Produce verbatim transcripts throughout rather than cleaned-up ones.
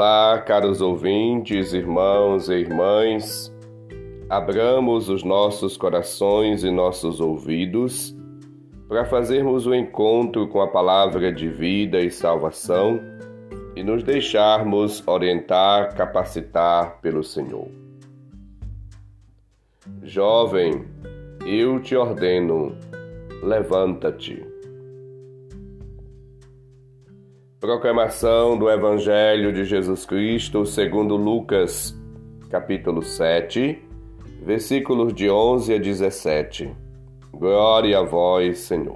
Olá, caros ouvintes, irmãos e irmãs. Abramos os nossos corações e nossos ouvidos para fazermos o encontro com a palavra de vida e salvação e nos deixarmos orientar, capacitar pelo Senhor. Jovem, eu te ordeno, levanta-te. Proclamação do Evangelho de Jesus Cristo segundo Lucas, capítulo sete, versículos de onze a dezessete. Glória a vós, Senhor.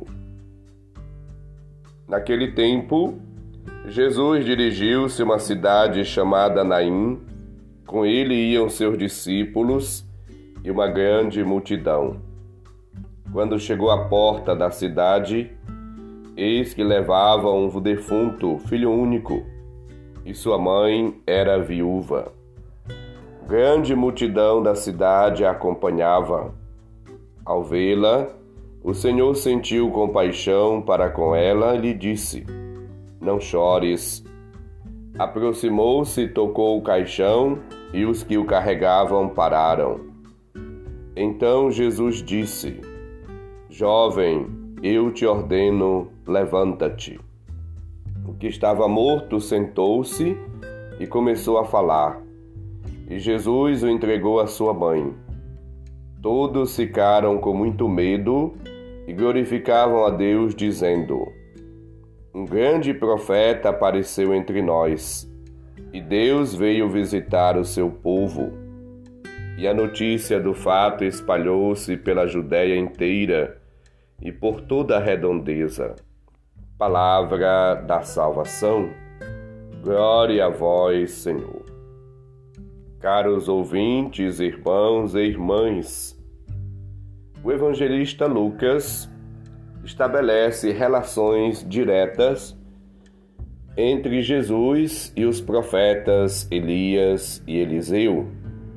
Naquele tempo, Jesus dirigiu-se a uma cidade chamada Naim. Com ele iam seus discípulos e uma grande multidão. Quando chegou à porta da cidade, eis que levava um defunto, filho único, e sua mãe era viúva. Grande multidão da cidade a acompanhava. Ao vê-la, o Senhor sentiu compaixão para com ela e lhe disse: Não chores. Aproximou-se, tocou o caixão, e os que o carregavam pararam. Então Jesus disse: Jovem, eu te ordeno, levanta-te. O que estava morto sentou-se e começou a falar, e Jesus o entregou à sua mãe. Todos ficaram com muito medo e glorificavam a Deus, dizendo: Um grande profeta apareceu entre nós, e Deus veio visitar o seu povo. E a notícia do fato espalhou-se pela Judéia inteira e por toda a redondeza. Palavra da salvação. Glória a vós, Senhor. Caros ouvintes, irmãos e irmãs, o evangelista Lucas estabelece relações diretas entre Jesus e os profetas Elias e Eliseu.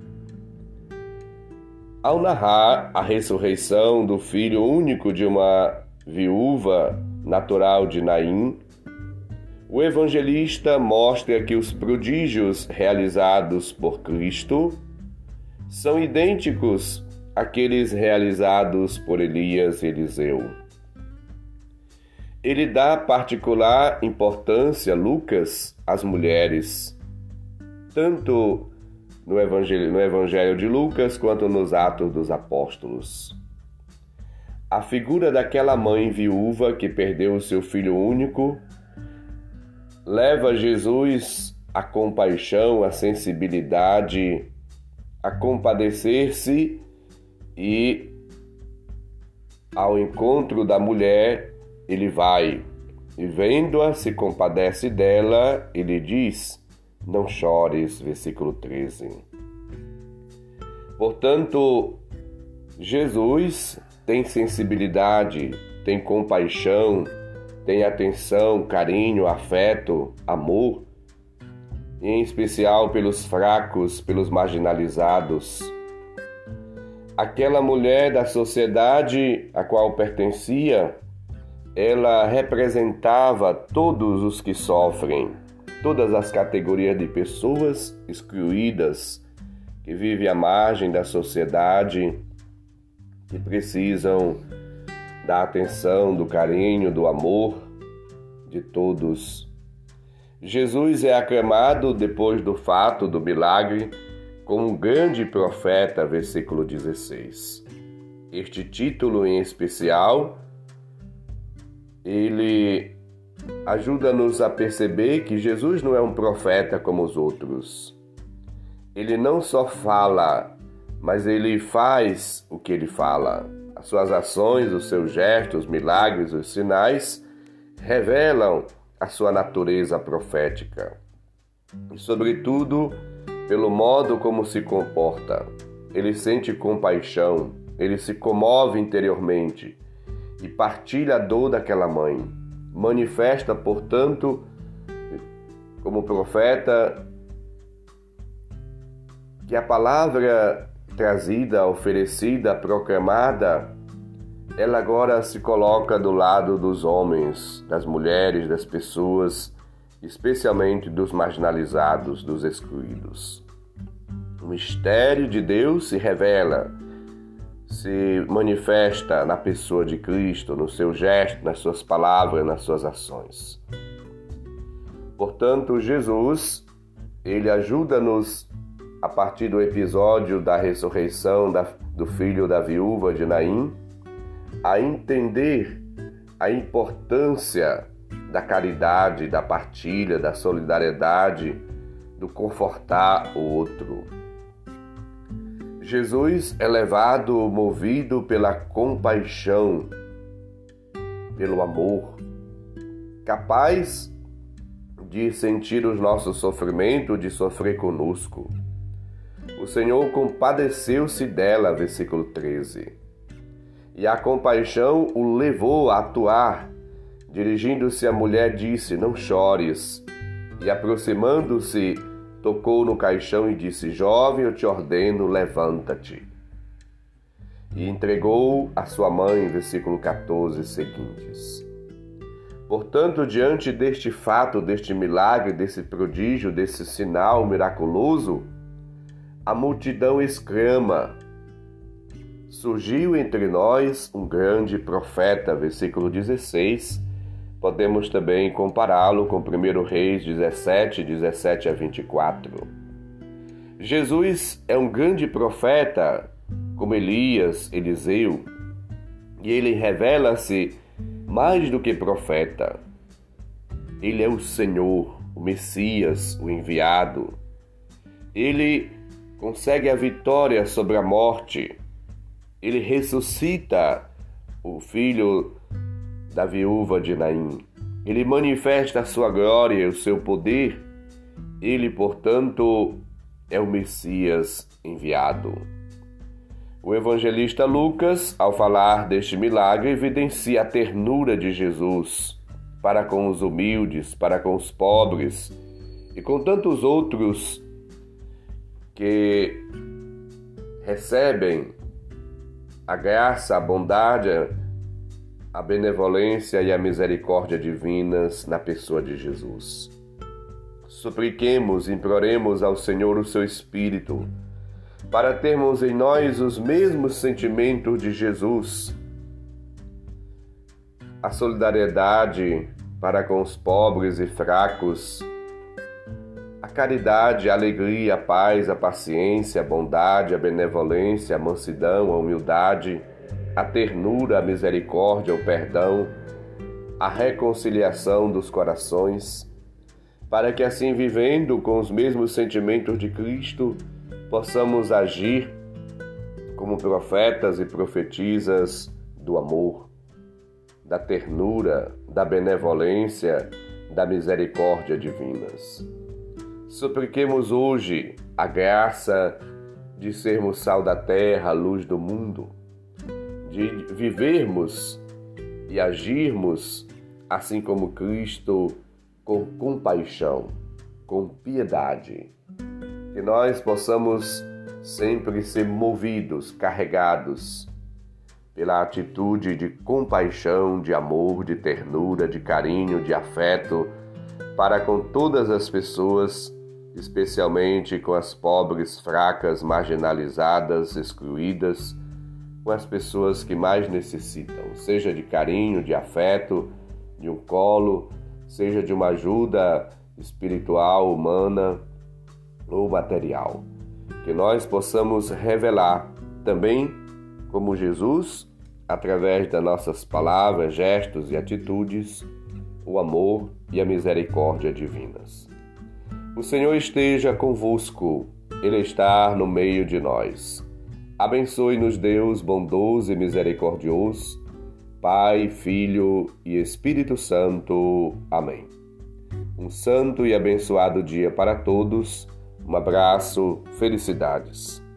Ao narrar a ressurreição do filho único de uma viúva natural de Naim, o evangelista mostra que os prodígios realizados por Cristo são idênticos àqueles realizados por Elias e Eliseu. Ele dá particular importância, Lucas, às mulheres, tanto no Evangelho, no Evangelho de Lucas quanto nos Atos dos Apóstolos. A figura daquela mãe viúva que perdeu o seu filho único leva Jesus à compaixão, à sensibilidade, a compadecer-se e, ao encontro da mulher, ele vai e, vendo-a, se compadece dela e lhe diz: Não chores, versículo treze. Portanto, Jesus tem sensibilidade, tem compaixão, tem atenção, carinho, afeto, amor, em especial pelos fracos, pelos marginalizados. Aquela mulher da sociedade a qual pertencia, ela representava todos os que sofrem, todas as categorias de pessoas excluídas, que vivem à margem da sociedade, que precisam da atenção, do carinho, do amor de todos. Jesus é aclamado, depois do fato do milagre, como um grande profeta, versículo dezesseis. Este título em especial, ele ajuda-nos a perceber que Jesus não é um profeta como os outros. Ele não só fala, mas ele faz o que ele fala. As suas ações, os seus gestos, os milagres, os sinais revelam a sua natureza profética. E, sobretudo, pelo modo como se comporta. Ele sente compaixão, ele se comove interiormente e partilha a dor daquela mãe. Manifesta, portanto, como profeta, que a palavra trazida, oferecida, proclamada, ela agora se coloca do lado dos homens, das mulheres, das pessoas especialmente dos marginalizados, dos excluídos. O mistério de Deus se revela, se manifesta na pessoa de Cristo, no seu gesto, nas suas palavras, nas suas ações. Portanto, Jesus, ele ajuda-nos, a partir do episódio da ressurreição da, do filho da viúva de Naim, a entender a importância da caridade, da partilha, da solidariedade, do confortar o outro. Jesus é levado, movido pela compaixão, pelo amor, capaz de sentir os nossos sofrimentos, de sofrer conosco. O Senhor compadeceu-se dela, versículo treze. E a compaixão o levou a atuar. Dirigindo-se à mulher, disse: não chores. E aproximando-se, tocou no caixão e disse: jovem, eu te ordeno, levanta-te. E entregou a sua mãe, versículo quatorze seguintes. Portanto, diante deste fato, deste milagre, desse prodígio, desse sinal miraculoso, a multidão exclama: surgiu entre nós um grande profeta, versículo dezesseis. Podemos também compará-lo com primeiro Reis dezessete, dezessete a vinte e quatro. Jesus é um grande profeta, como Elias, Eliseu, e ele revela-se mais do que profeta. Ele é o Senhor, o Messias, o enviado. Ele consegue a vitória sobre a morte. Ele ressuscita o filho da viúva de Naim. Ele manifesta a sua glória e o seu poder. Ele, portanto, é o Messias enviado. O evangelista Lucas, ao falar deste milagre, evidencia a ternura de Jesus para com os humildes, para com os pobres e com tantos outros que recebem a graça, a bondade, a benevolência e a misericórdia divinas na pessoa de Jesus. Supliquemos, imploremos ao Senhor o seu Espírito, para termos em nós os mesmos sentimentos de Jesus, a solidariedade para com os pobres e fracos, a caridade, a alegria, a paz, a paciência, a bondade, a benevolência, a mansidão, a humildade, a ternura, a misericórdia, o perdão, a reconciliação dos corações, para que assim, vivendo com os mesmos sentimentos de Cristo, possamos agir como profetas e profetisas do amor, da ternura, da benevolência, da misericórdia divinas. Supliquemos hoje a graça de sermos sal da terra, luz do mundo, de vivermos e agirmos assim como Cristo, com compaixão, com piedade. Que nós possamos sempre ser movidos, carregados pela atitude de compaixão, de amor, de ternura, de carinho, de afeto para com todas as pessoas, especialmente com as pobres, fracas, marginalizadas, excluídas, com as pessoas que mais necessitam, seja de carinho, de afeto, de um colo, seja de uma ajuda espiritual, humana ou material. Que nós possamos revelar também, como Jesus, através das nossas palavras, gestos e atitudes, o amor e a misericórdia divinas. O Senhor esteja convosco, Ele está no meio de nós. Abençoe-nos Deus bondoso e misericordioso, Pai, Filho e Espírito Santo. Amém. Um santo e abençoado dia para todos. Um abraço, felicidades.